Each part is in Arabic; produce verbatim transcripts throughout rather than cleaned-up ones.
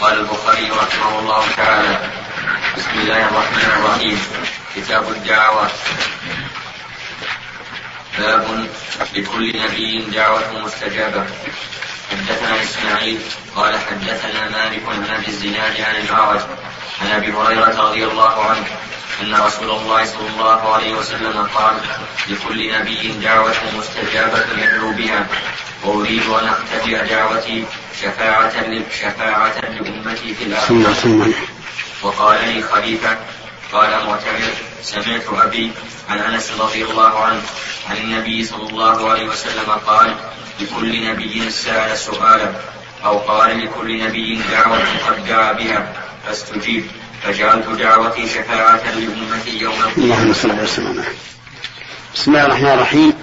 قال البخاري رحمه الله تعالى: بسم الله الرحمن الرحيم. كتاب الدعوات. باب لكل نبي دعوة مستجابة. حدثنا إسماعيل قال حدثنا مالك عن أبي الزناد عن الأعرج عن أبي هريرة رضي الله عنه أن رسول الله صلى الله عليه وسلم قال: لكل نبي دعوة مستجابة يدعو بها، وأريد أن أختبئ دعوتي شفاعة شفاعة لأمتي في الآخرة. وقال لي خليفة قال معتمر: سمعت أبي عن أنس رضي الله عنه عن النبي صلى الله عليه وسلم قال: لكل نبي سأل سؤالا، أو قال: لكل نبي دعوة قد دعا بها فاستجيب، فجعلت دعوتي شفاعة لأمتي يوم القيامة. اللهم صل وسلم. بسم الله الرحمن الرحيم.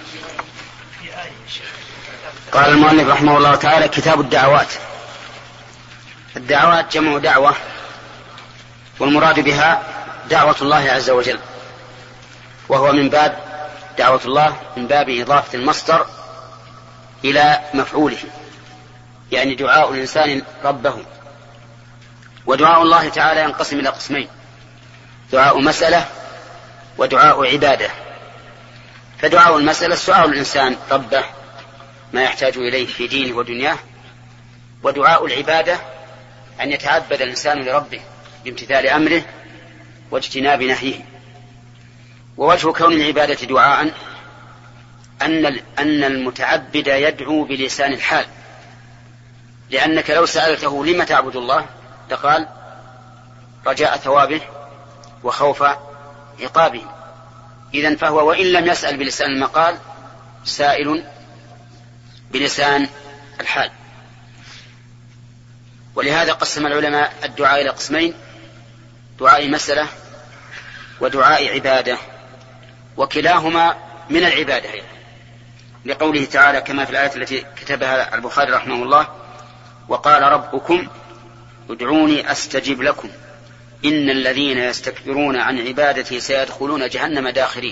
قال المؤلف رحمه الله تعالى: كتاب الدعوات. الدعوات جمع دعوة، والمراد بها دعوة الله عز وجل، وهو من باب دعوة الله من باب إضافة المصدر إلى مفعوله، يعني دعاء الإنسان ربه. ودعاء الله تعالى ينقسم إلى قسمين: دعاء مسألة ودعاء عبادة. فدعاء المسألة سؤال الإنسان ربه ما يحتاج إليه في دينه ودنياه، ودعاء العبادة أن يتعبد الإنسان لربه بامتثال أمره واجتناب نهيه. ووجه كون العبادة دعاء أن أن المتعبد يدعو بلسان الحال، لأنك لو سألته لما تعبد الله لقال: رجاء ثوابه وخوف عقابه. إذن فهو وإن لم يسأل بلسان المقال سائل بلسان الحال. ولهذا قسم العلماء الدعاء إلى قسمين: دعاء مسألة ودعاء عبادة، وكلاهما من العبادة، لقوله تعالى كما في الآية التي كتبها البخاري رحمه الله: وقال ربكم ادعوني أستجب لكم إن الذين يستكبرون عن عبادتي سيدخلون جهنم داخرين.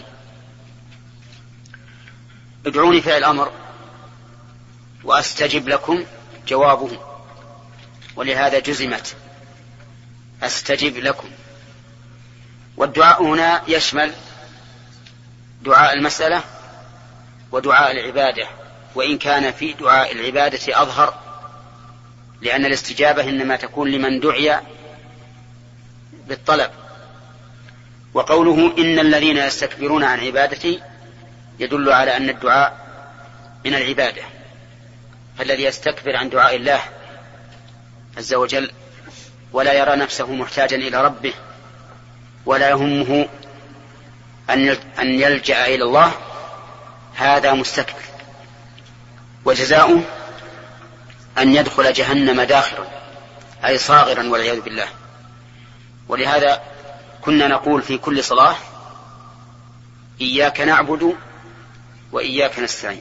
ادعوني فعل الأمر، وأستجب لكم جوابه، ولهذا جزمت أستجب لكم. والدعاء هنا يشمل دعاء المسألة ودعاء العبادة، وإن كان في دعاء العبادة أظهر، لأن الاستجابة إنما تكون لمن دعي بالطلب. وقوله إن الذين يستكبرون عن عبادتي يدل على أن الدعاء من العبادة، فالذي يستكبر عن دعاء الله عز وجل ولا يرى نفسه محتاجا إلى ربه ولا يهمه أن يلجأ إلى الله، هذا مستكبر، وجزاؤه أن يدخل جهنم داخرا، أي صاغرا والعياذ بالله. ولهذا كنا نقول في كل صلاة: إياك نعبد وإياك نستعين.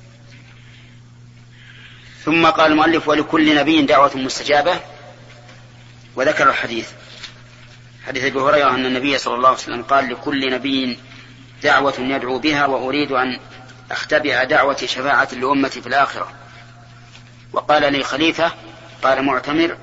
ثم قال المؤلف: ولكل نبي دعوة مستجابة. وذكر الحديث حديث أبي هريرة أن النبي صلى الله عليه وسلم قال: لكل نبي دعوة يدعو بها، وأريد أن أختبئ دعوتي شفاعة لأمتي في الآخرة. وقال لي خليفة قال معتمر: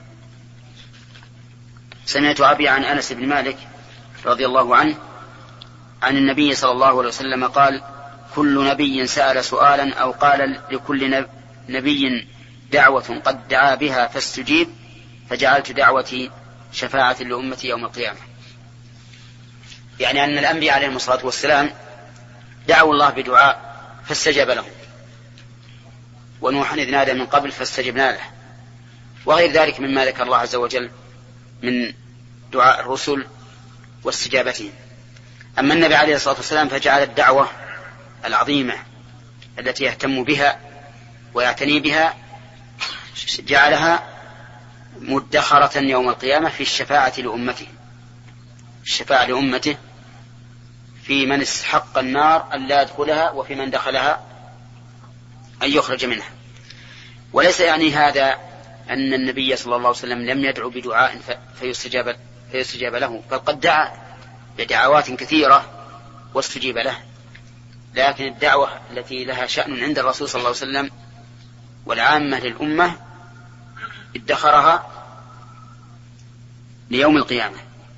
سمعت أبي عن أنس بن مالك رضي الله عنه عن النبي صلى الله عليه وسلم قال: كل نبي سأل سؤالا، أو قال: لكل نبي دعوة قد دعا بها فاستجيب، فجعلت دعوتي شفاعة لأمتي يوم القيامة. يعني أن الأنبياء عليهم الصلاة والسلام دعوا الله بدعاء فاستجاب لهم، ونوحا إذ نادى من قبل فاستجبنا له، وغير ذلك مما ذكر الله عز وجل من دعاء الرسل واستجابتهم. أما النبي عليه الصلاة والسلام فجعل الدعوة العظيمة التي يهتم بها ويعتني بها جعلها مدخرة يوم القيامة في الشفاعة لأمته، الشفاعة لأمته في من استحق النار أن لا يدخلها، وفي من دخلها أن يخرج منها. وليس يعني هذا أن النبي صلى الله عليه وسلم لم يدعو بدعاء فيستجاب, فيستجاب له، بل قد دعا بدعوات كثيرة واستجيب له، لكن الدعوة التي لها شأن عند الرسول صلى الله عليه وسلم والعامة للأمة ادخرها ليوم القيامة.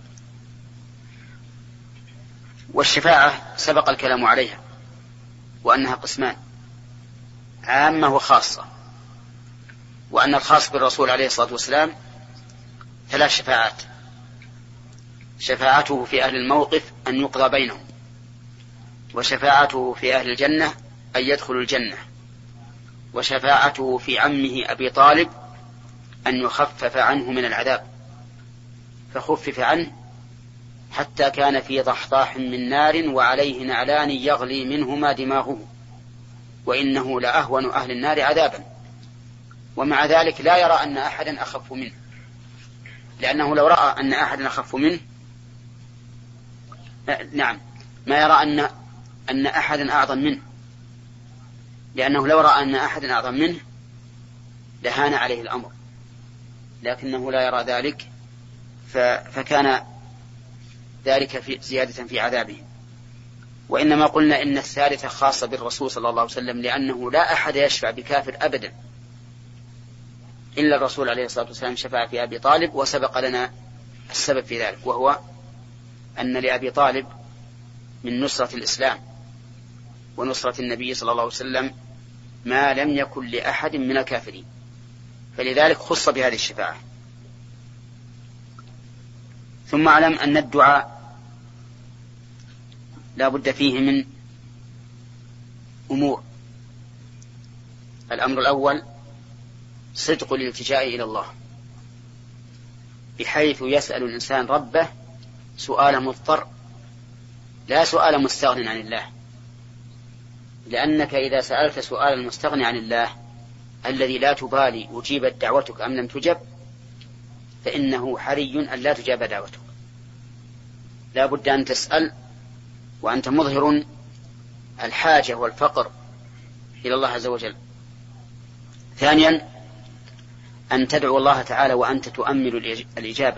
والشفاعة سبق الكلام عليها وأنها قسمان، عامة وخاصة، وأن الخاص بالرسول عليه الصلاة والسلام ثلاث شفاعات: شفاعته في أهل الموقف أن يقضى بينهم، وشفاعته في أهل الجنة أن يدخلوا الجنة، وشفاعته في عمه أبي طالب أن يخفف عنه من العذاب، فخفف عنه حتى كان في ضحضاح من نار وعليه نعلان يغلي منهما دماغه، وإنه لأهون أهل النار عذابا، ومع ذلك لا يرى أن أحدا أخف منه، لأنه لو رأى أن أحدا أخف منه نعم ما يرى أن أن أحدا أعظم منه، لأنه لو رأى أن أحدا أعظم منه لهان عليه الأمر، لكنه لا يرى ذلك، فكان ذلك في زيادة في عذابه. وإنما قلنا إن الثالثة خاصة بالرسول صلى الله عليه وسلم، لأنه لا أحد يشفع بكافر أبدا إلا الرسول عليه الصلاة والسلام شفع في أبي طالب، وسبق لنا السبب في ذلك، وهو أن لأبي طالب من نصرة الإسلام ونصرة النبي صلى الله عليه وسلم ما لم يكن لأحد من الكافرين، فلذلك خص بهذه الشفاعة. ثم اعلم أن الدعاء لا بد فيه من أمور. الأمر الأول صدق الالتجاء إلى الله، بحيث يسأل الإنسان ربه سؤال مضطر لا سؤال مستغن عن الله، لأنك إذا سألت سؤال المستغني عن الله الذي لا تبالي أجيبت دعوتك أم لم تجب، فإنه حري أن لا تجاب دعوتك. لا بد أن تسأل وأنت مظهر الحاجة والفقر إلى الله عز وجل. ثانيا أن تدعو الله تعالى وأنت تؤمل الإجابة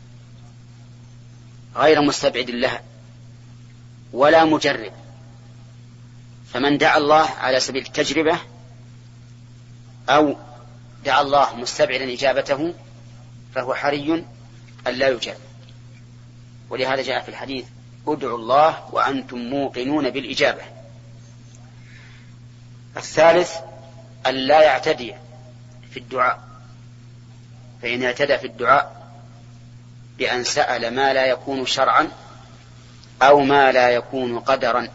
غير مستبعد لها ولا مجرب، فمن دعا الله على سبيل التجربة أو دعا الله مستبعدا إجابته فهو حري أن لا يجاب. ولهذا جاء في الحديث: ادعوا الله وأنتم موقنون بالإجابة. الثالث أن لا يعتدي في الدعاء، فإن اعتدى في الدعاء بأن سأل ما لا يكون شرعا أو ما لا يكون قدرا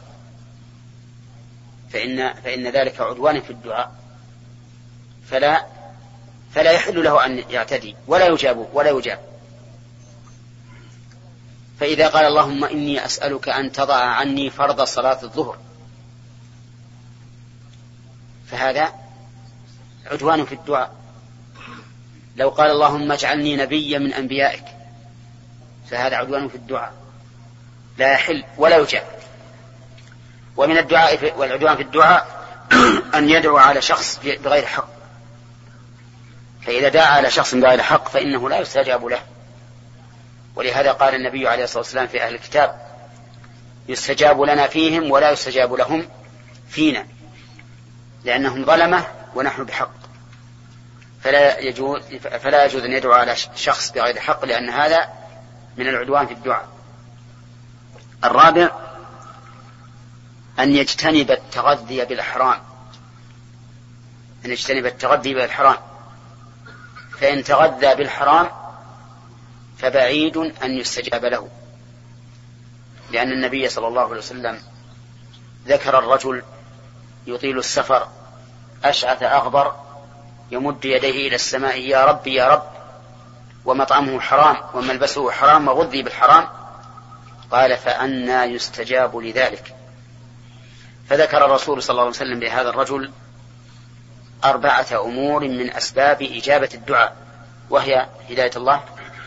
فإن, فإن ذلك عدوان في الدعاء، فلا, فلا يحل له أن يعتدي ولا يجاب ولا يجاب. فإذا قال: اللهم إني أسألك أن تضع عني فرض صلاة الظهر، فهذا عدوان في الدعاء. لو قال: اللهم اجعلني نبيا من أنبيائك، فهذا عدوان في الدعاء لا يحل ولا يجاب. ومن الدعاء والعدوان في الدعاء أن يدعو على شخص بغير حق، فإذا دعا على شخص بغير حق فإنه لا يستجاب له. ولهذا قال النبي عليه الصلاة والسلام في أهل الكتاب: يستجاب لنا فيهم ولا يستجاب لهم فينا، لأنهم ظلمة ونحن بحق، فلا يجوز, فلا يجوز أن يدعو على شخص بغير حق، لأن هذا من العدوان في الدعاء. الرابع أن يجتنب التغذي بالحرام، أن يجتنب التغذي بالحرام، فإن تغذى بالحرام فبعيد أن يستجاب له، لأن النبي صلى الله عليه وسلم ذكر الرجل يطيل السفر أشعث أغبر يمد يديه إلى السماء: يا رب يا رب، ومطعمه حرام وملبسه حرام وغذي بالحرام. قال: فأنى يستجاب لذلك؟ فذكر الرسول صلى الله عليه وسلم لهذا الرجل أربعة أمور من أسباب إجابة الدعاء، وهي هداية الله.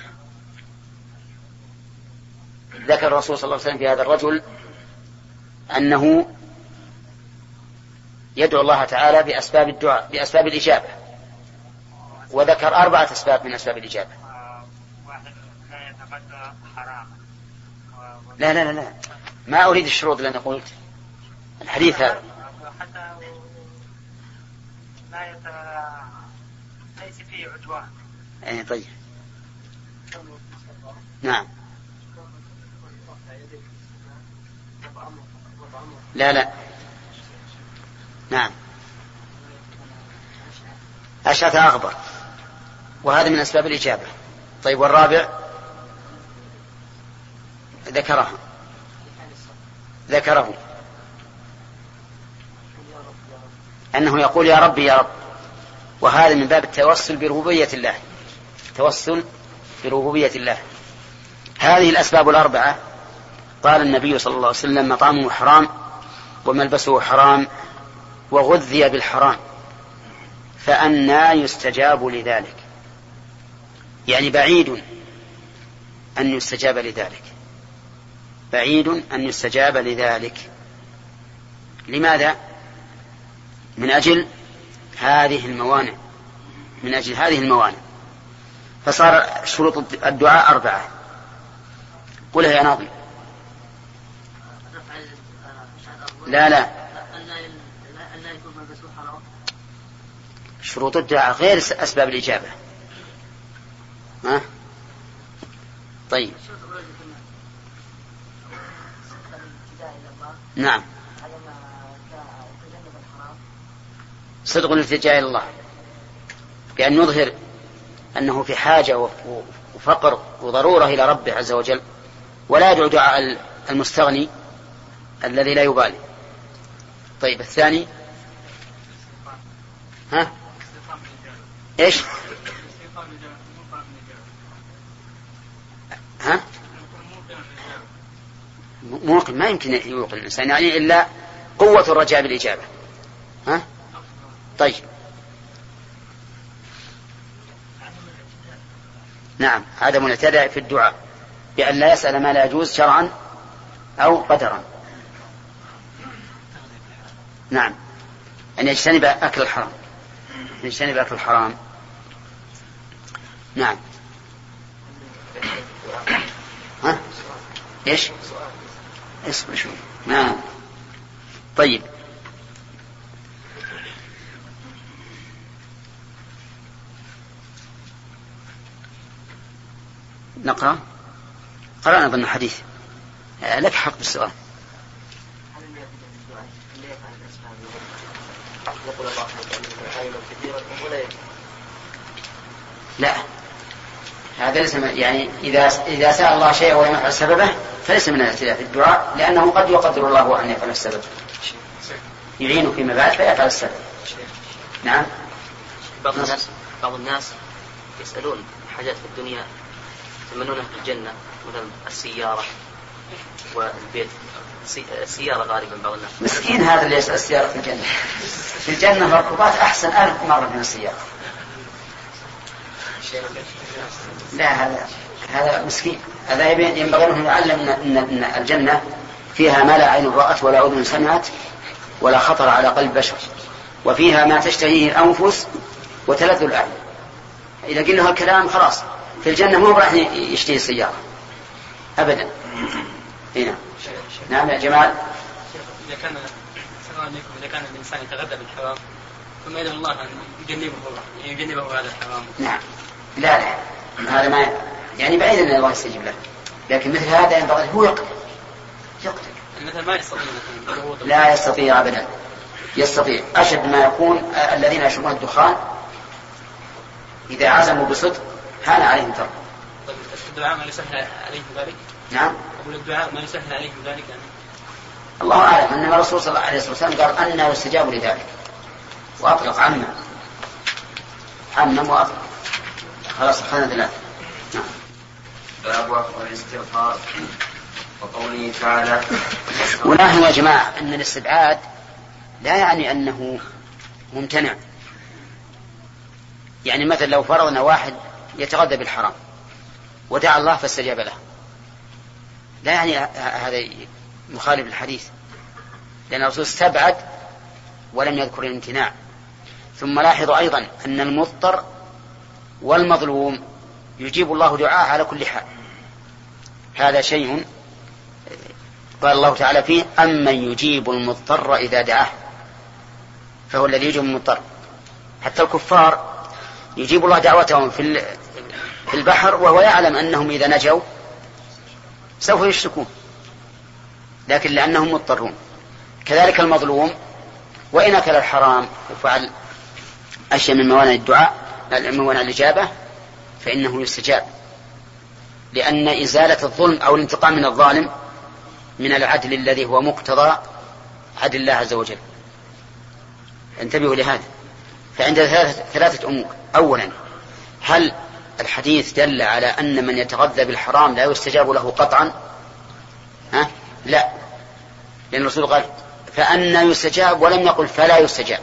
ذكر الرسول صلى الله عليه وسلم في هذا الرجل أنه يدعو الله تعالى بأسباب الدعاء بأسباب الإجابة، وذكر أربعة أسباب من أسباب الإجابة. لا لا لا لا ما أريد الشروط لأن قلت الحديث هذا حتى لا يت... ليس فيه عدوان. ايه طيب. نعم. لا لا نعم أشعث أغبر، وهذا من أسباب الإجابة. طيب والرابع ذكره ذكره أنه يقول يا ربي يا رب، وهذا من باب التوسل بربوبية الله، توسل بربوبية الله. هذه الأسباب الأربعة قال النبي صلى الله عليه وسلم مطعمه حرام وملبسه حرام وغذي بالحرام فأنى يستجاب لذلك، يعني بعيد أن يستجاب لذلك، بعيد أن يستجاب لذلك. لماذا؟ من أجل هذه الموانع، من أجل هذه الموانع. فصار شروط الدعاء أربعة. قلها يا ناظم. لا لا شروط الدعاء غير أسباب الإجابة. ها؟ طيب نعم صدق الالتجاء إلى الله بأن يظهر أنه في حاجة وفقر وضرورة إلى ربه عز وجل، ولا يدعو دعاء المستغني الذي لا يبالي. طيب الثاني ها ايش ها موقن، ما يمكن يوقن الإنسان يعني إلا قوة الرجاء بالإجابة. ها طيب نعم عدم الاعتداء في الدعاء بأن لا يسأل ما لا يجوز شرعا أو قدرا. نعم أن يجتنب أكل الحرام، أن يجتنب أكل الحرام. نعم ها إيش اصبر شوي. نعم طيب نقرأ. قرأنا ضمن الحديث. لك حق بالسؤال. لا هذا ليس يعني إذا إذا سأل الله شيئا ولم يفعل سببه فليس من الاعتداء في الدعاء، لأنه قد يقدر الله أن يفعل السبب، يعينه فيما بعد فيفعل السبب. نعم بعض الناس بعض الناس يسألون حاجات في الدنيا يتمنونها في الجنة، مثلا السيارة والبيت. السيارة غالبا بعض الناس. مسكين هذا اللي يسأل السيارة في الجنة. في الجنة مركوبات أحسن ألف مرة من السيارة. لا هذا هذا مسكين، هذا ينبغي أن يعلم أن الجنة فيها ما لا عين رأت ولا أذن سمعت ولا خطر على قلب بشر، وفيها ما تشتهيه الأنفس وتلذ الأعين. إذا قلنا هالكلام خلاص في الجنة مو راح يشتري السيارة أبدا. هنا نعم يا جمال. إذا كان إذا كان الإنسان يتغذى بالحرام ثم يدعو الله أن يجنبه يجنبه هذا الحرام. نعم لا لا هذا ما يعني بعيد أن الله يستجيب له، لكن مثل هذا ينبغي هو يقتل يقتل مثل ما يستطيع. لا يستطيع أبدا. يستطيع أشد ما يكون الذين يشربون الدخان إذا عزموا بصدق هان عليهم ترك. طيب الدعاء ما يسهل عليهم ذلك. نعم أقول الدعاء ما يسهل عليهم ذلك يعني. الله أعلم. أن الرسول صلى الله عليه وسلم قال أننا يستجاب لذلك وأطلق عنا عنا وأطلق. خلاص أخذنا ثلاثة. نعم. باب وقت الاستغفار وقوله تعالى. ونحن يا جماعة أن الاستبعاد لا يعني أنه ممتنع. يعني مثلا لو فرضنا واحد يتغذى بالحرام ودعا الله فاستجاب له، لا يعني هذا مخالف الحديث، لأن الرسول استبعد ولم يذكر الامتناع. ثم لاحظوا أيضا أن المضطر والمظلوم يجيب الله دعاءه على كل حال. هذا شيء قال الله تعالى فيه أمن يجيب المضطر إذا دعاه، فهو الذي يجيب المضطر. حتى الكفار يجيب الله دعوتهم في في البحر وهو يعلم أنهم إذا نجوا سوف يشركون، لكن لأنهم مضطرون. كذلك المظلوم وإن أكل الحرام وفعل أشياء من موانع الدعاء من موانع الإجابة فإنه يستجاب، لأن إزالة الظلم أو الانتقام من الظالم من العدل الذي هو مقتضى عدل الله عز وجل. انتبهوا لهذا. فعند ثلاثة أمور: أولا، هل الحديث دل على أن من يتغذى بالحرام لا يستجاب له قطعا؟ ها؟ لا، لأن الرسول قال فأنا يستجاب ولم يقل فلا يستجاب.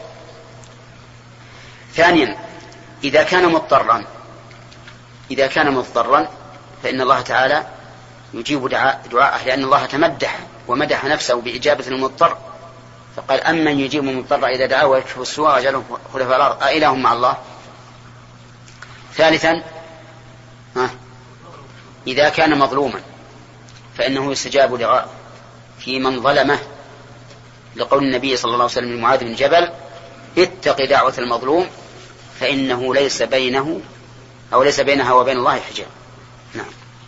ثانيا، إذا كان مضطرا إذا كان مضطرا فإن الله تعالى يجيب دعاءه، لأن الله تمدح ومدح نفسه بإجابة المضطر، فقال أمن يجيب المضطر إذا دعاه ويكشف السوء ويجعلهم خلفاء الأرض أإله مع الله. ثالثا، ها إذا كان مظلوما فإنه يستجاب دعاءه في من ظلمه، لقول النبي صلى الله عليه وسلم لمعاذ بن جبل: اتق دعوة المظلوم فإنه ليس بينه أو ليس بينها وبين الله حجاب. نعم.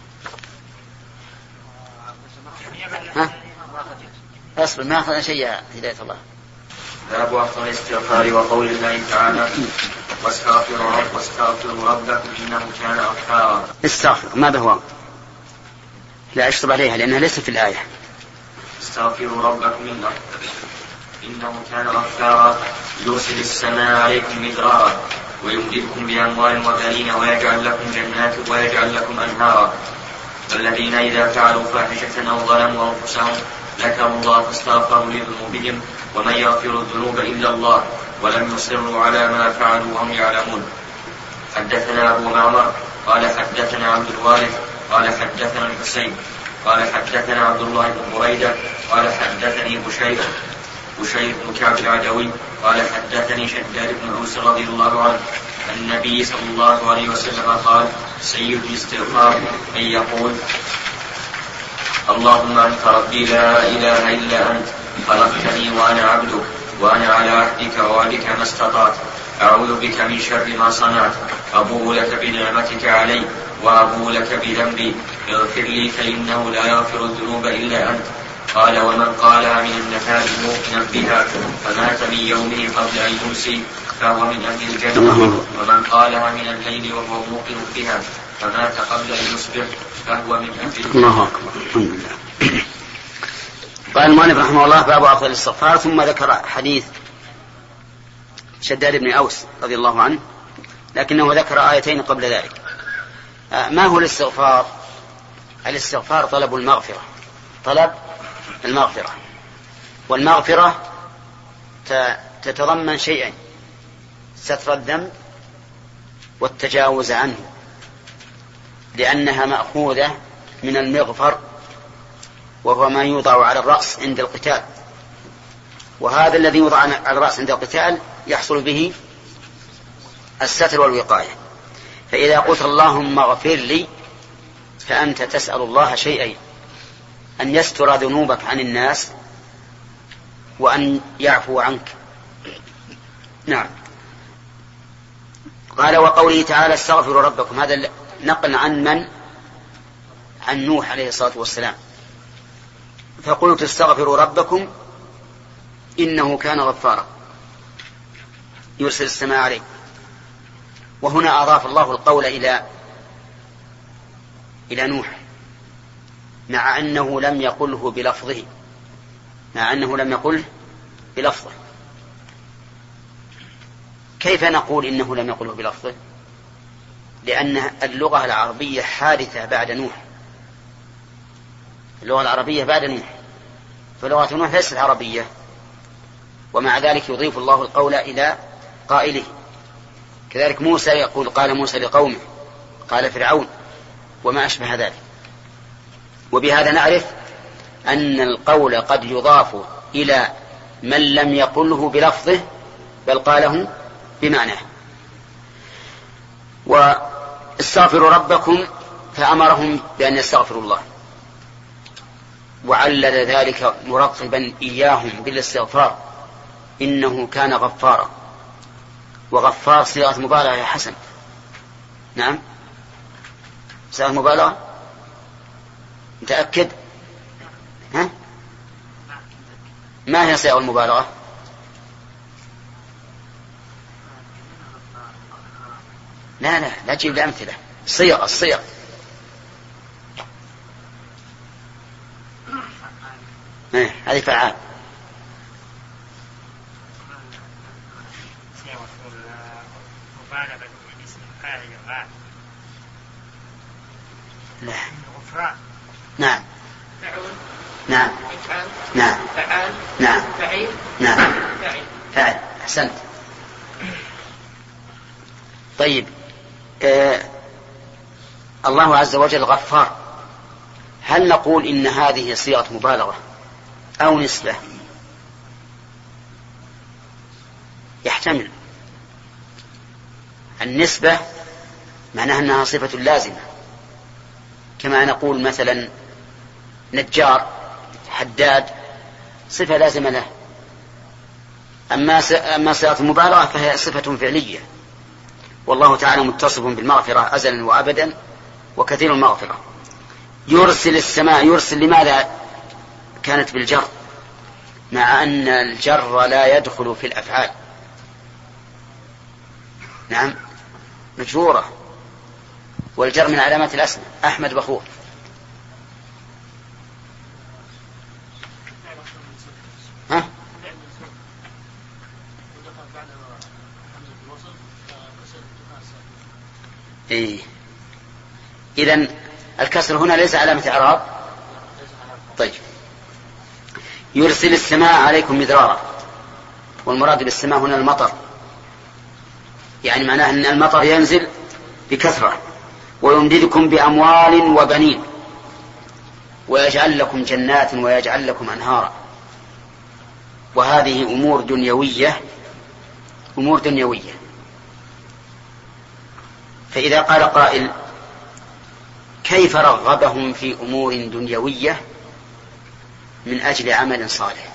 ها؟ أصبر، ما أخذنا شيء. هداية الله. باب أفضل الاستغفار وقول الله تعالى: واستغفروا رب واستغفروا ربكم إنه كان غفارا. استغفر ماذا هو؟ لا أشطب عليها لأنها ليست في الآية. استغفروا ربكم إنه كان غفارا يرسل السماء عليكم مدرارا ويمددكم بأموال وبنين ويجعل لكم جنات ويجعل لكم أنهارا. الذين إذا فعلوا فاحشة أو ظلموا أنفسهم ذكروا الله فاستغفروا لذنوبهم ومن يغفر الذنوب إلا الله ولم يصروا على ما فعلوا وهم يعلمون. حدثنا أبو معمر قال حدثنا عبد الوارث قال حدثنا الحسين قال حدثنا عبد الله بن بريدة قال حدثني بشير بشير بن كعب العدوي قال حدثني شداد بن أوس رضي الله عنه النبي صلى الله عليه وسلم قال: سيد الاستغفار أن يقول: اللهم أنت ربي لا إله إلا أنت خلقتني وأنا عبدك وأنا على عهدك ووعدك ما استطعت أعوذ بك من شر ما صنعت أبوء لك بنعمتك علي وأبوء لك بذنبي اغفر لي فإنه لا يغفر الذنوب إلا أنت. قال: ومن قالها من النهار موقنا بها فمات من يومه قبل أن يمسي فهو من أهل الجنة، ومن قالها من الليل وهو موقن بها فمات قبل أن يصبح فهو من أهل الجنة. الله أكبر. الحمد لله. قال المؤلف رحمه الله: باب أفضل الاستغفار، ثم ذكر حديث شداد بن أوس رضي الله عنه، لكنه ذكر آيتين قبل ذلك. ما هو الاستغفار؟ الاستغفار طلب المغفرة، طلب المغفرة، والمغفرة تتضمن شيئين: ستر الذنب والتجاوز عنه، لأنها مأخوذة من المغفر وهو ما يوضع على الرأس عند القتال، وهذا الذي يوضع على الرأس عند القتال يحصل به الستر والوقاية. فإذا قلت اللهم اغفر لي فأنت تسأل الله شيئين: أن يستر ذنوبك عن الناس وأن يعفو عنك. نعم. قال: وقوله تعالى: استغفروا ربكم، هذا نقل عن من؟ عن نوح عليه الصلاة والسلام. فقلت استغفروا ربكم إنه كان غفارا يرسل السماء عليكم. وهنا أضاف الله القول إلى إلى نوح، مع أنه لم يقله بلفظه مع أنه لم يقله بلفظه. كيف نقول إنه لم يقله بلفظه؟ لأن اللغة العربية حادثة بعد نوح، اللغة العربية بعد نوح، فلغة نوح ليست عربية، ومع ذلك يضيف الله القول إلى قائله. كذلك موسى يقول: قال موسى لقومه، قال فرعون، وما أشبه ذلك. وبهذا نعرف أن القول قد يضاف إلى من لم يقله بلفظه بل قاله بمعناه. واستغفروا ربكم فأمرهم بأن يستغفروا الله، وعلل ذلك مرغبا إياهم بالاستغفار: إنه كان غفارا. وغفار صيغة مبالغة يا حسن. نعم. صيغة مبالغة؟ متأكد؟ ها؟ ما هي صيغة المبالغة؟ لا لا لا تجيب لي أمثلة. صيغ الصيغ ايه هذه فعال. لا. نعم نعم نعم فعال نعم فعيل نعم فاعل فعل. أحسنت. طيب آه الله عز وجل غفار، هل نقول إن هذه صيغة مبالغة أو نسبة؟ يحتمل. النسبة معناها أنها صفة لازمة، كما نقول مثلا نجار حداد صفة لازمة له. أما صيغة المبالغة فهي صفة فعلية، والله تعالى متصف بالمغفرة أزلا وأبدا وكثير المغفرة. يرسل السماء، يرسل لماذا كانت بالجر مع أن الجر لا يدخل في الأفعال؟ نعم مجرورة، والجر من علامات الأسماء. أحمد بخور. ها؟ إيه. إذن الكسر هنا ليس علامة إعراب. طيب يرسل السماء عليكم مدرارا، والمراد بالسماء هنا المطر، يعني معناه أن المطر ينزل بكثرة، ويمددكم بأموال وبنين ويجعل لكم جنات ويجعل لكم أنهارا. وهذه أمور دنيوية، أمور دنيوية. فإذا قال قائل كيف رغبهم في أمور دنيوية من أجل عمل صالح؟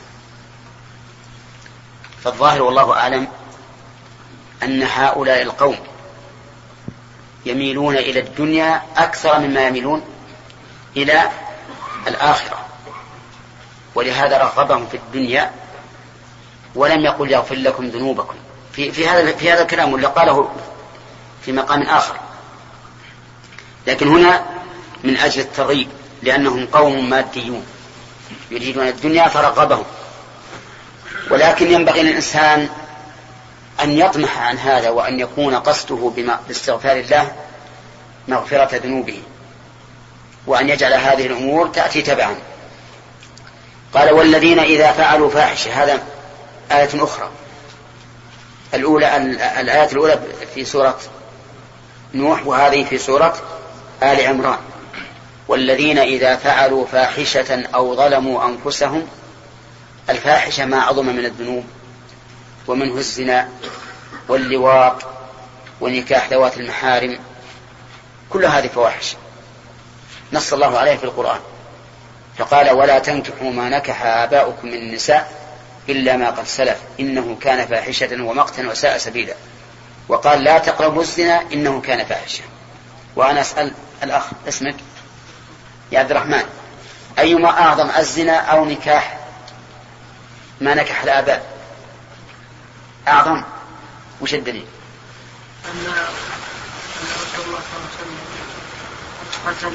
فالظاهر والله أعلم أن هؤلاء القوم يميلون إلى الدنيا أكثر مما يميلون إلى الآخرة، ولهذا رغبهم في الدنيا ولم يقل يغفر لكم ذنوبكم في, في, هذا, في هذا الكلام، واللي قاله في مقام آخر. لكن هنا من أجل الترغيب، لأنهم قوم ماديون يريدون الدنيا فرغبهم. ولكن ينبغي للإنسان أن يطمح عن هذا، وأن يكون قصده باستغفار الله مغفرة ذنوبه، وأن يجعل هذه الأمور تأتي تبعا. قال والذين إذا فعلوا فاحشة، هذا آية أخرى. الأولى الآية الأولى في سورة نوح، وهذه في سورة آل عمران. والذين إذا فعلوا فاحشة أو ظلموا أنفسهم. الفاحشة ما عظم من الذنوب، ومنه الزنا واللواط ونكاح ذوات المحارم، كل هذه فواحش نص الله عليه في القرآن. فقال ولا تنكحوا ما نكح آباؤكم من النساء إلا ما قد سلف إنه كان فاحشة ومقتا وساء سبيلا. وقال لا تقربوا الزنا إنه كان فاحشة. وأنا أسأل الأخ اسمك يا عبد الرحمن، أيما أعظم الزنا أو نكاح ما نكح الآباء أعظم؟ وش الدليل؟ أن رسول الله صلى الله عليه وسلم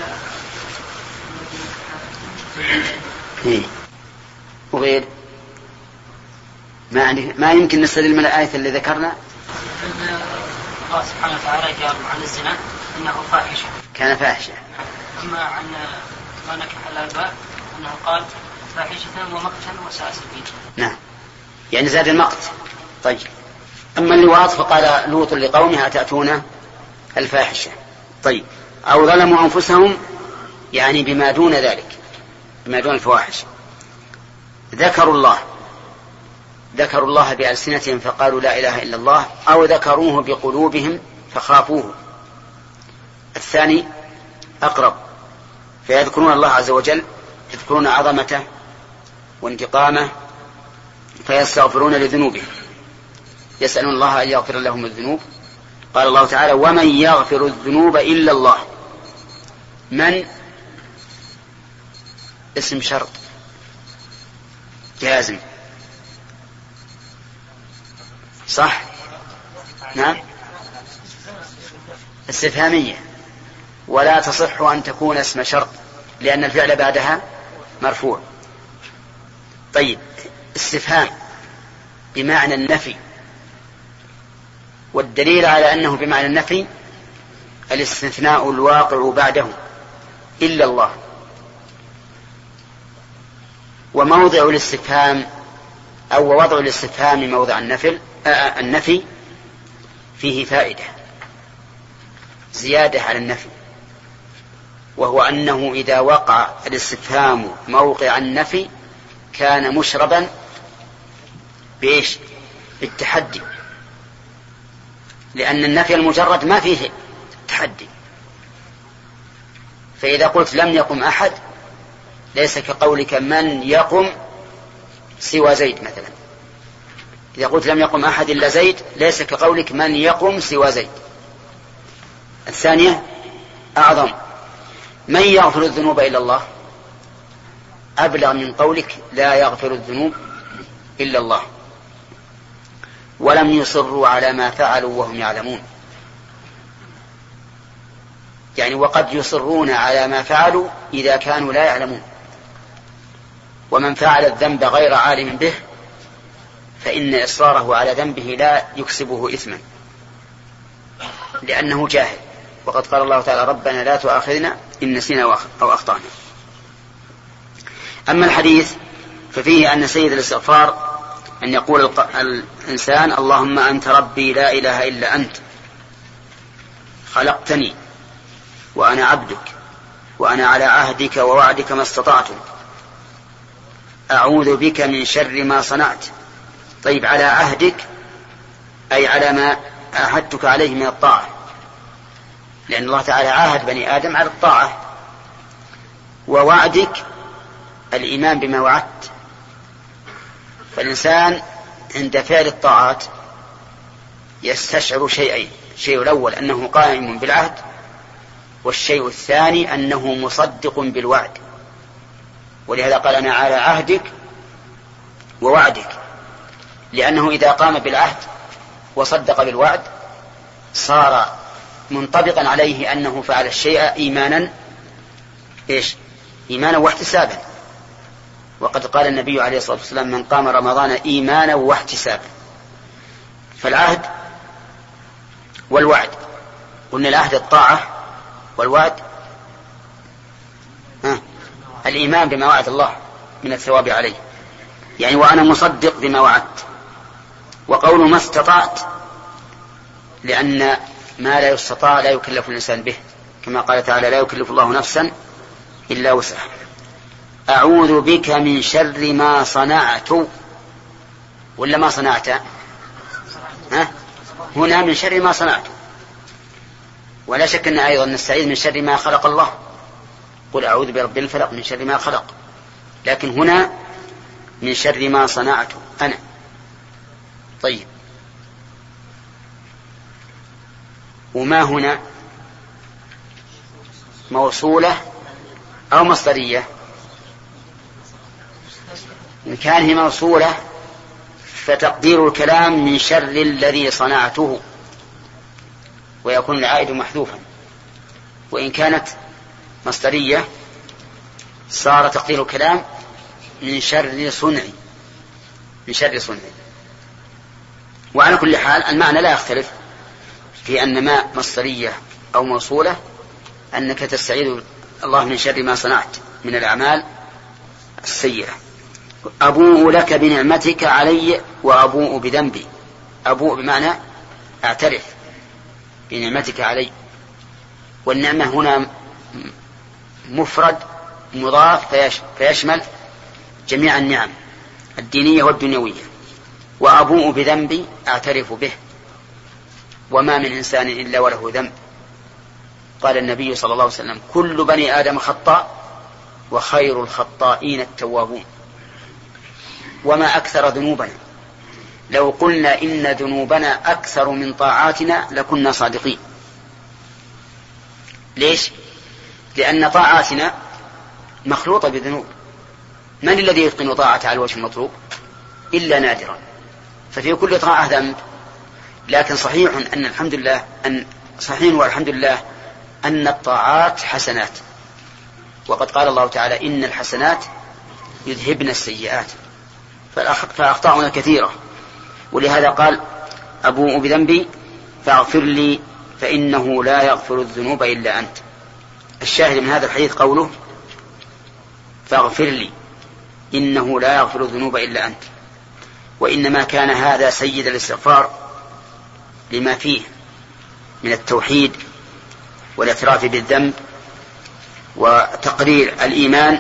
قتل. إيه. وغير ما ما يمكن نستدل من الآية اللي ذكرنا. أن الله سبحانه وتعالى قال عن الزنا إنه فاحشة، كان فاحشة. أما عن ما نكح الآباء أنه قال فاحشة ومقتا وساء سبيلا. نعم، يعني زاد المقت. طيب، أما اللواط فقال لوط لقومه أتأتون الفاحشة. طيب، أو ظلموا أنفسهم يعني بما دون ذلك، بما دون الفواحش. ذكروا الله ذكروا الله بألسنتهم فقالوا لا إله إلا الله، أو ذكروه بقلوبهم فخافوه. الثاني أقرب، فيذكرون الله عز وجل، يذكرون عظمته وانتقامه فيستغفرون لذنوبهم، يسألون الله أن يغفر لهم الذنوب. قال الله تعالى ومن يغفر الذنوب إلا الله. من اسم شرط جازم، صح؟ نعم، استفهامية، ولا تصح أن تكون اسم شرط لأن الفعل بعدها مرفوع. طيب، استفهام بمعنى النفي، والدليل على أنه بمعنى النفي الاستثناء الواقع بعده إلا الله. وموضع الاستفهام أو وضع الاستفهام موضع النفي النفي فيه فائدة زيادة على النفي، وهو أنه إذا وقع الاستفهام موقع النفي كان مشربا بإيش؟ بالتحدي، لأن النفي المجرد ما فيه تحدي. فإذا قلت لم يقم أحد ليس كقولك من يقم سوى زيد مثلا. إذا قلت لم يقم أحد إلا زيد ليس كقولك من يقم سوى زيد. الثانية أعظم، من يغفر الذنوب إلا الله أبلغ من قولك لا يغفر الذنوب إلا الله. ولم يصروا على ما فعلوا وهم يعلمون، يعني وقد يصرون على ما فعلوا إذا كانوا لا يعلمون. ومن فعل الذنب غير عالم به فإن إصراره على ذنبه لا يكسبه إثما لأنه جاهل. وقد قال الله تعالى ربنا لا تؤاخذنا إن نسينا أو أخطأنا. أما الحديث ففيه أن سيد الاستغفار أن يقول الإنسان اللهم أنت ربي لا إله إلا أنت خلقتني وأنا عبدك وأنا على عهدك ووعدك ما استطعت أعوذ بك من شر ما صنعت. طيب، على عهدك أي على ما عاهدتك عليه من الطاعة، لأن الله تعالى عاهد بني آدم على الطاعة. ووعدك الإيمان بما وعدت. فالإنسان عند فعل الطاعات يستشعر شيئين: الشيء الأول أنه قائم بالعهد، والشيء الثاني أنه مصدق بالوعد. ولهذا قال أنا على عهدك ووعدك، لأنه إذا قام بالعهد وصدق بالوعد صار منطبقا عليه أنه فعل الشيء إيمانا إيش؟ إيمانا واحتسابا. وقد قال النبي عليه الصلاة والسلام من قام رمضان إيمانا واحتسابا. فالعهد والوعد، قلنا العهد الطاعة والوعد ها الإيمان بما وعد الله من الثواب عليه، يعني وأنا مصدق بما وعدت. وقول ما استطعت لأن ما لا يستطاع لا يكلف الإنسان به، كما قال تعالى لا يكلف الله نفسا إلا وسعها. أعوذ بك من شر ما صنعت، ولا ما صنعت ها؟ هنا من شر ما صنعت. ولا شك أن أيضا نستعيذ من شر ما خلق الله، قل أعوذ برب الفلق من شر ما خلق. لكن هنا من شر ما صنعت أنا. طيب، وما هنا موصولة أو مصدرية؟ إن كان هي موصولة فتقدير الكلام من شر الذي صنعته ويكون العائد محذوفا. وإن كانت مصدرية صار تقدير الكلام من شر صنعي من شر صنعي. وعلى كل حال المعنى لا يختلف في أن ما مصدرية أو موصولة أنك تستعيذ الله من شر ما صنعت من الأعمال السيئة. أبوء لك بنعمتك علي وأبوء بذنبي. أبوء بمعنى أعترف بنعمتك علي، والنعمة هنا مفرد مضاف فيشمل جميع النعم الدينية والدنيوية. وأبوء بذنبي أعترف به، وما من إنسان إلا وله ذنب. قال النبي صلى الله عليه وسلم كل بني آدم خطاء وخير الخطائين التوابون. وما أكثر ذنوبنا، لو قلنا إن ذنوبنا أكثر من طاعاتنا لكنا صادقين. ليش؟ لأن طاعاتنا مخلوطة بذنوب. من الذي يتقن طاعة على الوجه المطلوب؟ إلا نادرا. ففي كل طاعة ذنب. لكن صحيح أن الحمد لله أن صحيح والحمد لله أن الطاعات حسنات، وقد قال الله تعالى إن الحسنات يذهبن السيئات، فأخطأنا كثيرة. ولهذا قال أبوء بذنبي فاغفر لي فإنه لا يغفر الذنوب إلا أنت. الشاهد من هذا الحديث قوله فاغفر لي إنه لا يغفر الذنوب إلا أنت. وإنما كان هذا سيد الاستغفار لما فيه من التوحيد والاعتراف بالذنب وتقرير الإيمان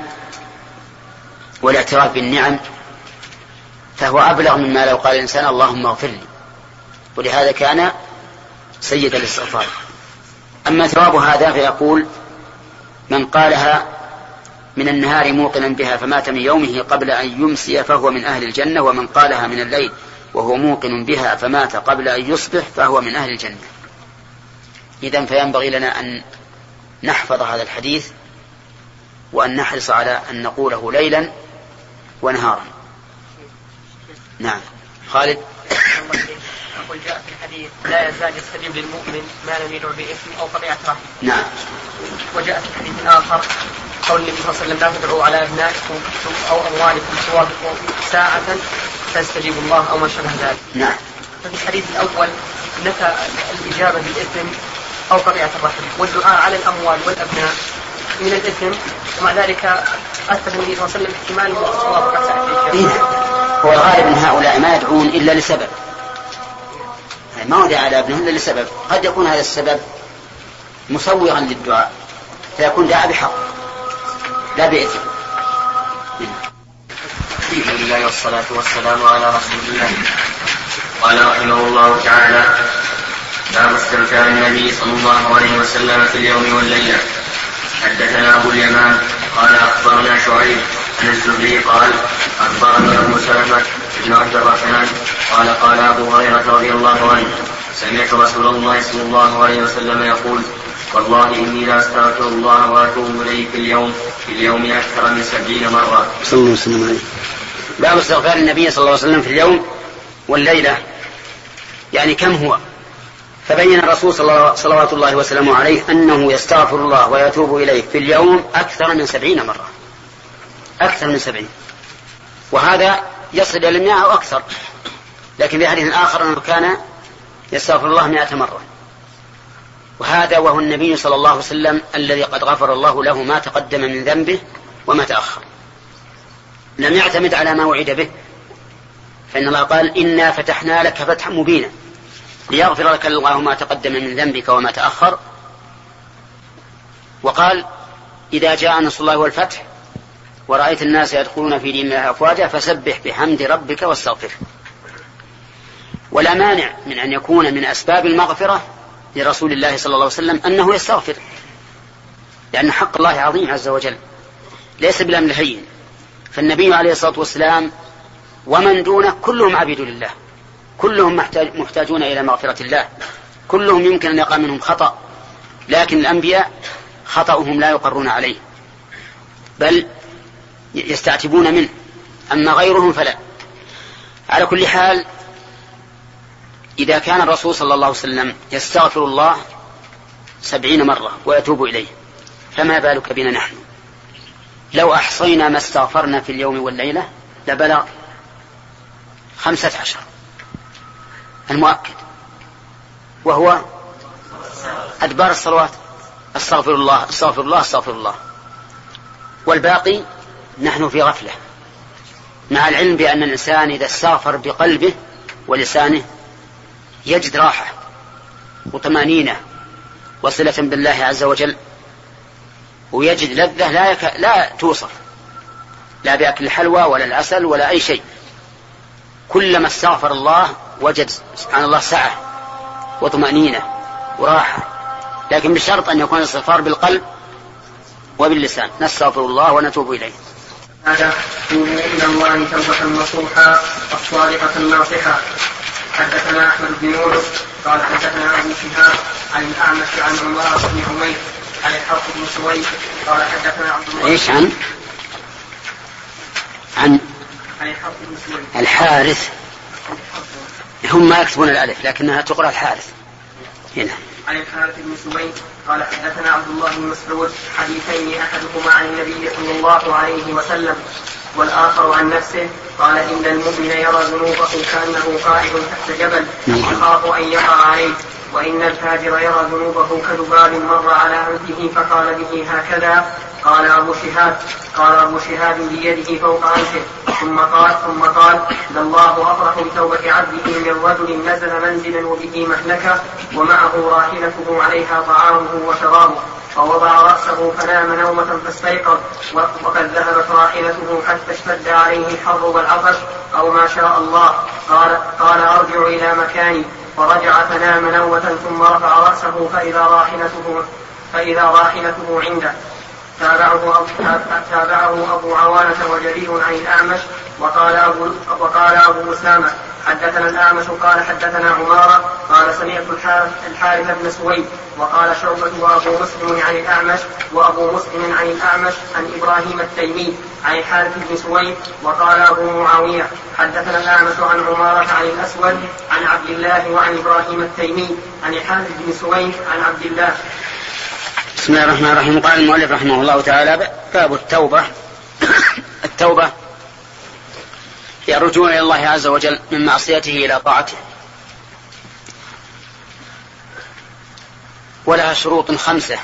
والاعتراف بالنعم، فهو أبلغ مما لو قال الإنسان اللهم اغفر لي. ولهذا كان سيد الاستغفار. أما ثواب هذا فيقول من قالها من النهار موقنا بها فمات من يومه قبل أن يمسي فهو من أهل الجنة، ومن قالها من الليل وهو موقن بها فمات قبل أن يصبح فهو من أهل الجنة. إذن فينبغي لنا أن نحفظ هذا الحديث وأن نحرص على أن نقوله ليلا ونهارا. نعم. خالد. يقول جاء في الحديث لا يزال يستجيب للمؤمن ما لم يدع بإثم أو قطيعة رحم. نعم. وجاء في الحديث الآخر قول النبي صلى الله عليه وسلم لا تدعوا على أبنائكم أو أموالكم سواء ساعة فيستجيب الله أو ما شابه ذلك. نعم. ففي الحديث الأول نفى الإجابة بالإثم أو قطيعة الرحم، والدعاء على الأموال والأبناء من الإثم، ومع ذلك أثبت النبي صلى الله عليه وسلم احتمال موافقة إيه. هو الغالب من هؤلاء ما يدعون إلا لسبب، ما هو دعاء على ابنهم إلا لسبب. قد يكون هذا السبب مسوغا للدعاء فيكون دعاء بحق لا بإثم. الحمد لله والصلاة والسلام على رسول الله. قال رحمه الله تعالى باب استغفار النبي صلى الله عليه وسلم في اليوم والليلة. حدثنا أبو اليمان قال أخبرنا شعيب عن الزهري قال أخبرني أبو سلمة بن عبد الرحمن قال قال أبو هريرة رضي الله عنه سمعت رسول الله صلى الله عليه وسلم يقول والله إني لا أستغفر الله وأتوب إليه في اليوم في اليوم أكثر من سبعين مرة. صلى الله عليه وسلم. باب استغفار النبي صلى الله عليه وسلم في اليوم والليلة، يعني كم هو؟ فبين الرسول صلوات الله وسلامه عليه أنه يستغفر الله ويتوب إليه في اليوم أكثر من سبعين مرة، أكثر من سبعين، وهذا يصل إلى المئة أو أكثر. لكن في حديث آخر أنه كان يستغفر الله مئة مرة، وهذا وهو النبي صلى الله عليه وسلم الذي قد غفر الله له ما تقدم من ذنبه وما تأخر، لم يعتمد على ما وعد به، فإن الله قال إنا فتحنا لك فتحا مبينا ليغفر لك الله ما تقدم من ذنبك وما تأخر. وقال إذا جاء نصر الله والفتح ورأيت الناس يدخلون في دين الله أفواجا فسبح بحمد ربك واستغفره. ولا مانع من أن يكون من أسباب المغفرة لرسول الله صلى الله عليه وسلم أنه يستغفر، لأن حق الله عظيم عز وجل ليس بالأمر الهين. فالنبي عليه الصلاة والسلام ومن دونه كلهم عبيد لله، كلهم محتاج محتاجون إلى مغفرة الله، كلهم يمكن أن يقع منهم خطأ، لكن الأنبياء خطأهم لا يقرون عليه بل يستعتبون منه، أما غيرهم فلا. على كل حال إذا كان الرسول صلى الله عليه وسلم يستغفر الله سبعين مرة ويتوب إليه، فما بالك بنا نحن؟ لو أحصينا ما استغفرنا في اليوم والليلة لبلغ خمسة عشر المؤكد، وهو أدبار الصلوات استغفر الله استغفر الله استغفر الله، والباقي نحن في غفلة، مع العلم بأن الإنسان إذا استغفر بقلبه ولسانه يجد راحة وطمأنينة وصلة بالله عز وجل، ويجد لذة لا, يك... لا توصف، لا بأكل الحلوى ولا العسل ولا أي شيء. كلما استغفر الله وجد سبحان الله سعة وطمأنينة وراحة، لكن بشرط أن يكون الاستغفار بالقلب وباللسان. نستغفر الله ونتوب إليه. هذا توبوا إلى الله توبة نصوحا الصادقة الناصحة. حدثنا أحمد بن يونس قال حدثنا أبو شهاب عن الأعمش عن عمارة بن عمير عن الحارث بن سويد قال حدثنا عبد الله. ايش عن عن عن الحارث بن سويد. الحارث هم ما يكتبون الألف لكنها تقرأ الحارث هنا. عن الحارث بن سويد قال حدثنا عبد الله بن مسعود حديثين أحدهما عن النبي صلى الله عليه وسلم والآخر عن نفسه قال إن المؤمن يرى ذنوبه كأنه قاعد تحت جبل يخاف أن يقع عليه وإن الفاجر يرى ذنوبه كذباب مر على عنفه فقال به هكذا. قال أبو شهاب قال أبو شهاب بيده فوق عنفه ثم قال ثم قال لله أفرح بتوبة عبده من رجل نزل منزلا وبه مهلكة ومعه راحلته عليها طعامه وشرابه فوضع رأسه فنام نومة فاستيقظ وقد ذهبت راحلته حتى اشتد عليه الحر والعطش أو ما شاء الله قال, قال أرجع إلى مكاني فرجع فنام نومة ثم رفع رأسه فإذا راحلته, فإذا راحلته عنده. تابعه أبو, تابعه أبو عوانة وجرير عن الأعمش وقال أبو, وقال أبو أسامة حدثنا الأعمش قال حدثنا عمارة قال سمعت الحارث بن سويد وقال شعبة وأبو مسلم عن الأعمش وأبو مسلم عن الأعمش عن إبراهيم التيمي عن الحارث بن سويد وقال أبو معاوية حدثنا الأعمش عن عمارة عن الأسود عن عبد الله وعن إبراهيم التيمي عن الحارث بن سويد عن عبد الله. بسم الله الرحمن الرحيم. قال المؤلف رحمه الله تعالى باب التوبة. التوبة هي الرجوع إلى الله عز وجل من معصيته إلى طاعته ولها شروط خمسة.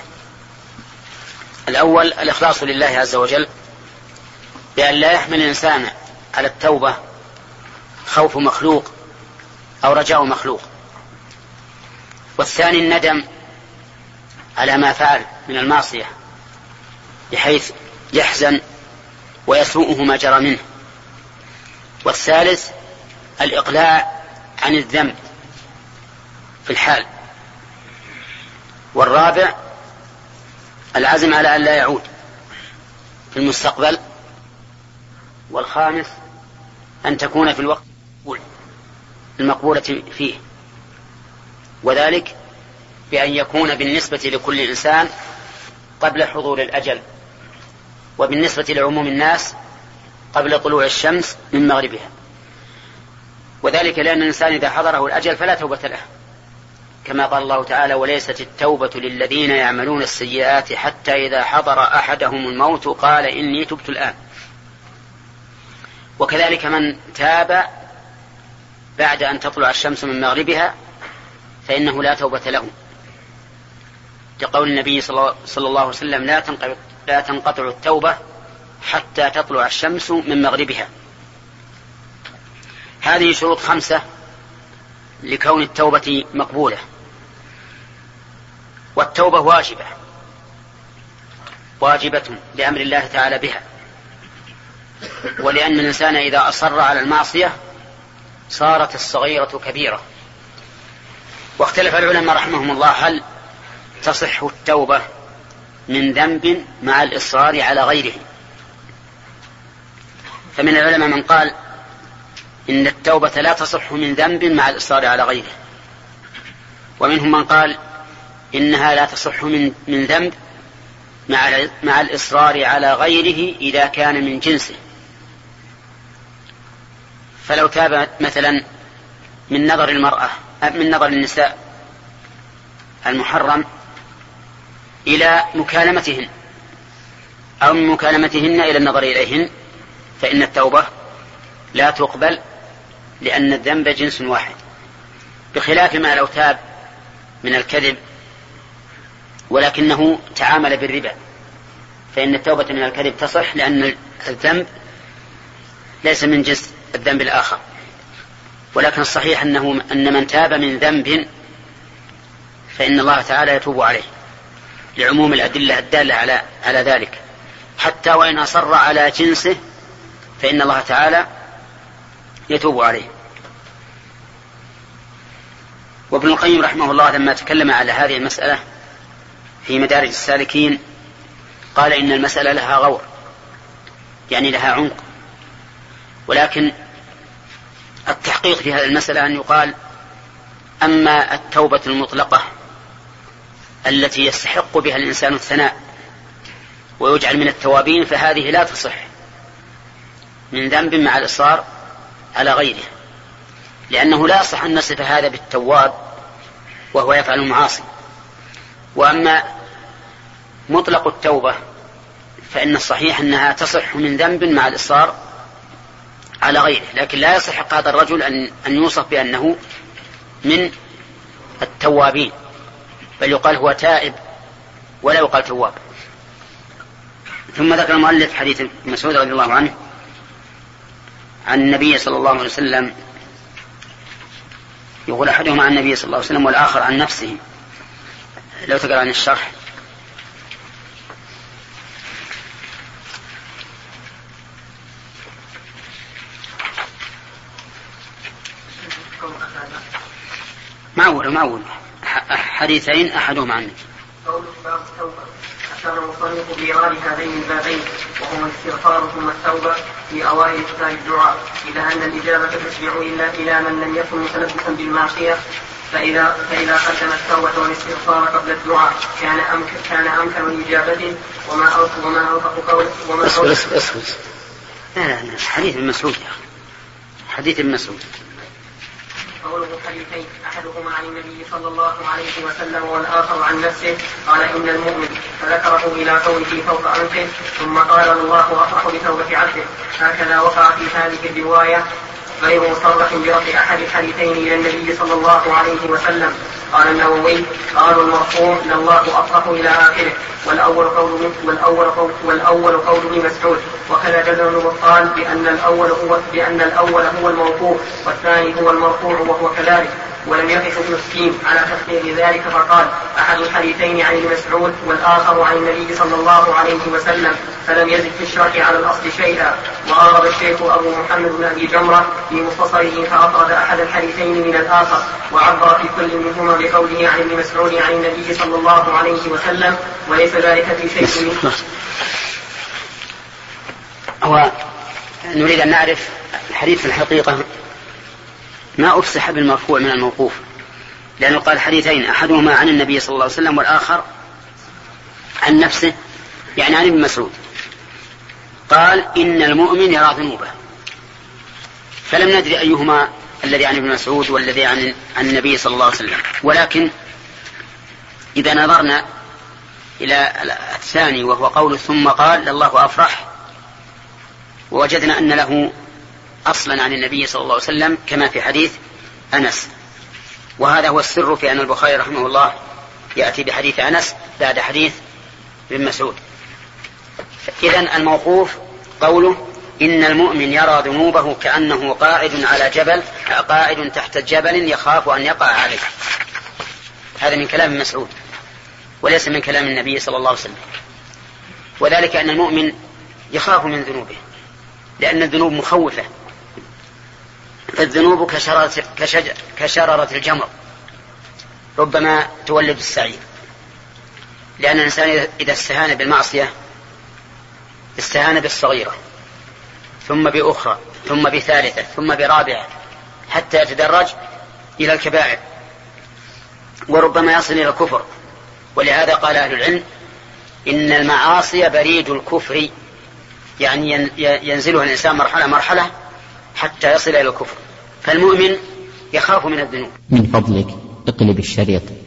الأول الإخلاص لله عز وجل بأن لا يحمل الإنسان على التوبة خوف مخلوق أو رجاء مخلوق. والثاني الندم على ما فعل من المعصية بحيث يحزن ويسوءه ما جرى منه. والثالث الإقلاع عن الذنب في الحال. والرابع العزم على أن لا يعود في المستقبل. والخامس أن تكون في الوقت المقبولة فيه وذلك بأن يكون بالنسبة لكل إنسان قبل حضور الأجل وبالنسبة لعموم الناس قبل طلوع الشمس من مغربها. وذلك لأن الإنسان إذا حضره الأجل فلا توبة له كما قال الله تعالى وليست التوبة للذين يعملون السيئات حتى إذا حضر أحدهم الموت قال إني تبت الآن. وكذلك من تاب بعد أن تطلع الشمس من مغربها فإنه لا توبة له لقول النبي صلى الله عليه وسلم لا تنقطع, لا تنقطع التوبة حتى تطلع الشمس من مغربها. هذه شروط خمسة لكون التوبة مقبولة. والتوبة واجبة واجبة لأمر الله تعالى بها ولأن الإنسان إذا أصر على المعصية صارت الصغيرة كبيرة. واختلف العلماء رحمهم الله هل تصح التوبة من ذنب مع الإصرار على غيره. فمن العلماء من قال إن التوبة لا تصح من ذنب مع الإصرار على غيره ومنهم من قال إنها لا تصح من, من ذنب مع, مع الإصرار على غيره إذا كان من جنسه. فلو تاب مثلا من نظر المرأة من نظر النساء المحرم إلى مكالمتهن أو من مكالمتهن إلى النظر إليهن فإن التوبة لا تقبل لأن الذنب جنس واحد بخلاف ما لو تاب من الكذب ولكنه تعامل بالربا فإن التوبة من الكذب تصح لأن الذنب ليس من جنس الذنب الآخر. ولكن الصحيح أنه أن من تاب من ذنب فإن الله تعالى يتوب عليه لعموم الأدلة الدالة على على ذلك حتى وإن أصر على جنسه فإن الله تعالى يتوب عليه. وابن القيم رحمه الله لما تكلم على هذه المسألة في مدارج السالكين قال إن المسألة لها غور يعني لها عمق ولكن التحقيق في هذه المسألة أن يقال أما التوبة المطلقة التي يستحق بها الإنسان الثناء ويجعل من التوابين، فهذه لا تصح من ذنب مع الإصرار على غيره، لأنه لا يصح أن نصف هذا بالتواب وهو يفعل المعاصي. وأما مطلق التوبة فإن الصحيح أنها تصح من ذنب مع الإصرار على غيره، لكن لا يصح هذا الرجل أن يوصف بأنه من التوابين، بل يقال هو تائب ولا يقال تواب. ثم ذكر المؤلف حديث مسعود رضي الله عنه عن النبي صلى الله عليه وسلم، يقول أحدهما عن النبي صلى الله عليه وسلم والآخر عن نفسه. لو تقرأ عن الشرح. معول معول حديثين أحدهما عنه. قول باب التوبة. أشار المصنف بإيراد هذين البابين وهما الاستغفار ثم التوبة في أوائل كتاب الدعاء، إلى أن الإجابة تشرع إلا إلى من لم يكن متلبسا بالمعصية، فإذا فإذا قدم التوبة والاستغفار قبل الدعاء كان أمكن كان أمكن لإجابته. وما أوفق وما أوفق قول وما أصبر أصبر أصبر لا لا لا حديث ابن مسعود يا أخي، حديث ابن مسعود. قوله حديثين أحدهما عن النبي صلى الله عليه وسلم والآخر عن نفسه، قال إن المؤمن، فذكره إلى قوله فوق أنفه، ثم قال الله أفرح بتوبة عبده. هكذا وقع في هذه الرواية غير مصرح برفع أحد الحديثين إلى النبي صلى الله عليه وسلم. قال النووي قالوا المرفوع لله أفرح إلى آخره، والأول قول والأول قول والأول قول ابن مسعود. وكذا جزم قال بأن الأول هو بأن الأول هو الموقوف والثاني هو المرفوع وهو كذلك، ولم يقف ابن السين على تفسير ذلك فقال أحد الحديثين عن ابن مسعود والآخر عن النبي صلى الله عليه وسلم، فلم يزد في الشرح على الأصل شيئا. وأورد الشيخ أبو محمد بن أبي جمرة في مختصره فأفرد أحد الحديثين من الآخر، وعبر في كل منهما بقوله عن ابن مسعود عن النبي صلى الله عليه وسلم، وليس ذلك في شيء منه. هو نريد أن نعرف الحديث في الحقيقة ما أفسح بالمرفوع من الموقوف، لأنه قال حديثين أحدهما عن النبي صلى الله عليه وسلم والآخر عن نفسه، يعني عن ابن مسعود. قال إن المؤمن يرى ذنوبه، فلم ندري أيهما الذي عن ابن مسعود والذي عن النبي صلى الله عليه وسلم. ولكن إذا نظرنا إلى الثاني وهو قول ثم قال لله أفرح، ووجدنا أن له أصلا عن النبي صلى الله عليه وسلم كما في حديث أنس، وهذا هو السر في أن البخاري رحمه الله يأتي بحديث أنس بعد حديث ابن مسعود. إذن الموقوف قوله إن المؤمن يرى ذنوبه كأنه قاعد على جبل قاعد تحت جبل يخاف أن يقع عليه، هذا من كلام مسعود وليس من كلام النبي صلى الله عليه وسلم. وذلك أن المؤمن يخاف من ذنوبه، لأن الذنوب مخوفة، فالذنوب كشررة, كشررة الجمر ربما تولد السعير، لأن الإنسان إذا استهان بالمعصية استهان بالصغيرة ثم بأخرى ثم بثالثة ثم برابعة حتى يتدرج إلى الكبائر، وربما يصل إلى الكفر. ولهذا قال أهل العلم إن المعاصي بريد الكفر، يعني ينزلها الإنسان مرحلة مرحلة حتى يصل إلى الكفر. فالمؤمن يخاف من الذنوب. من فضلك اقلب الشريط.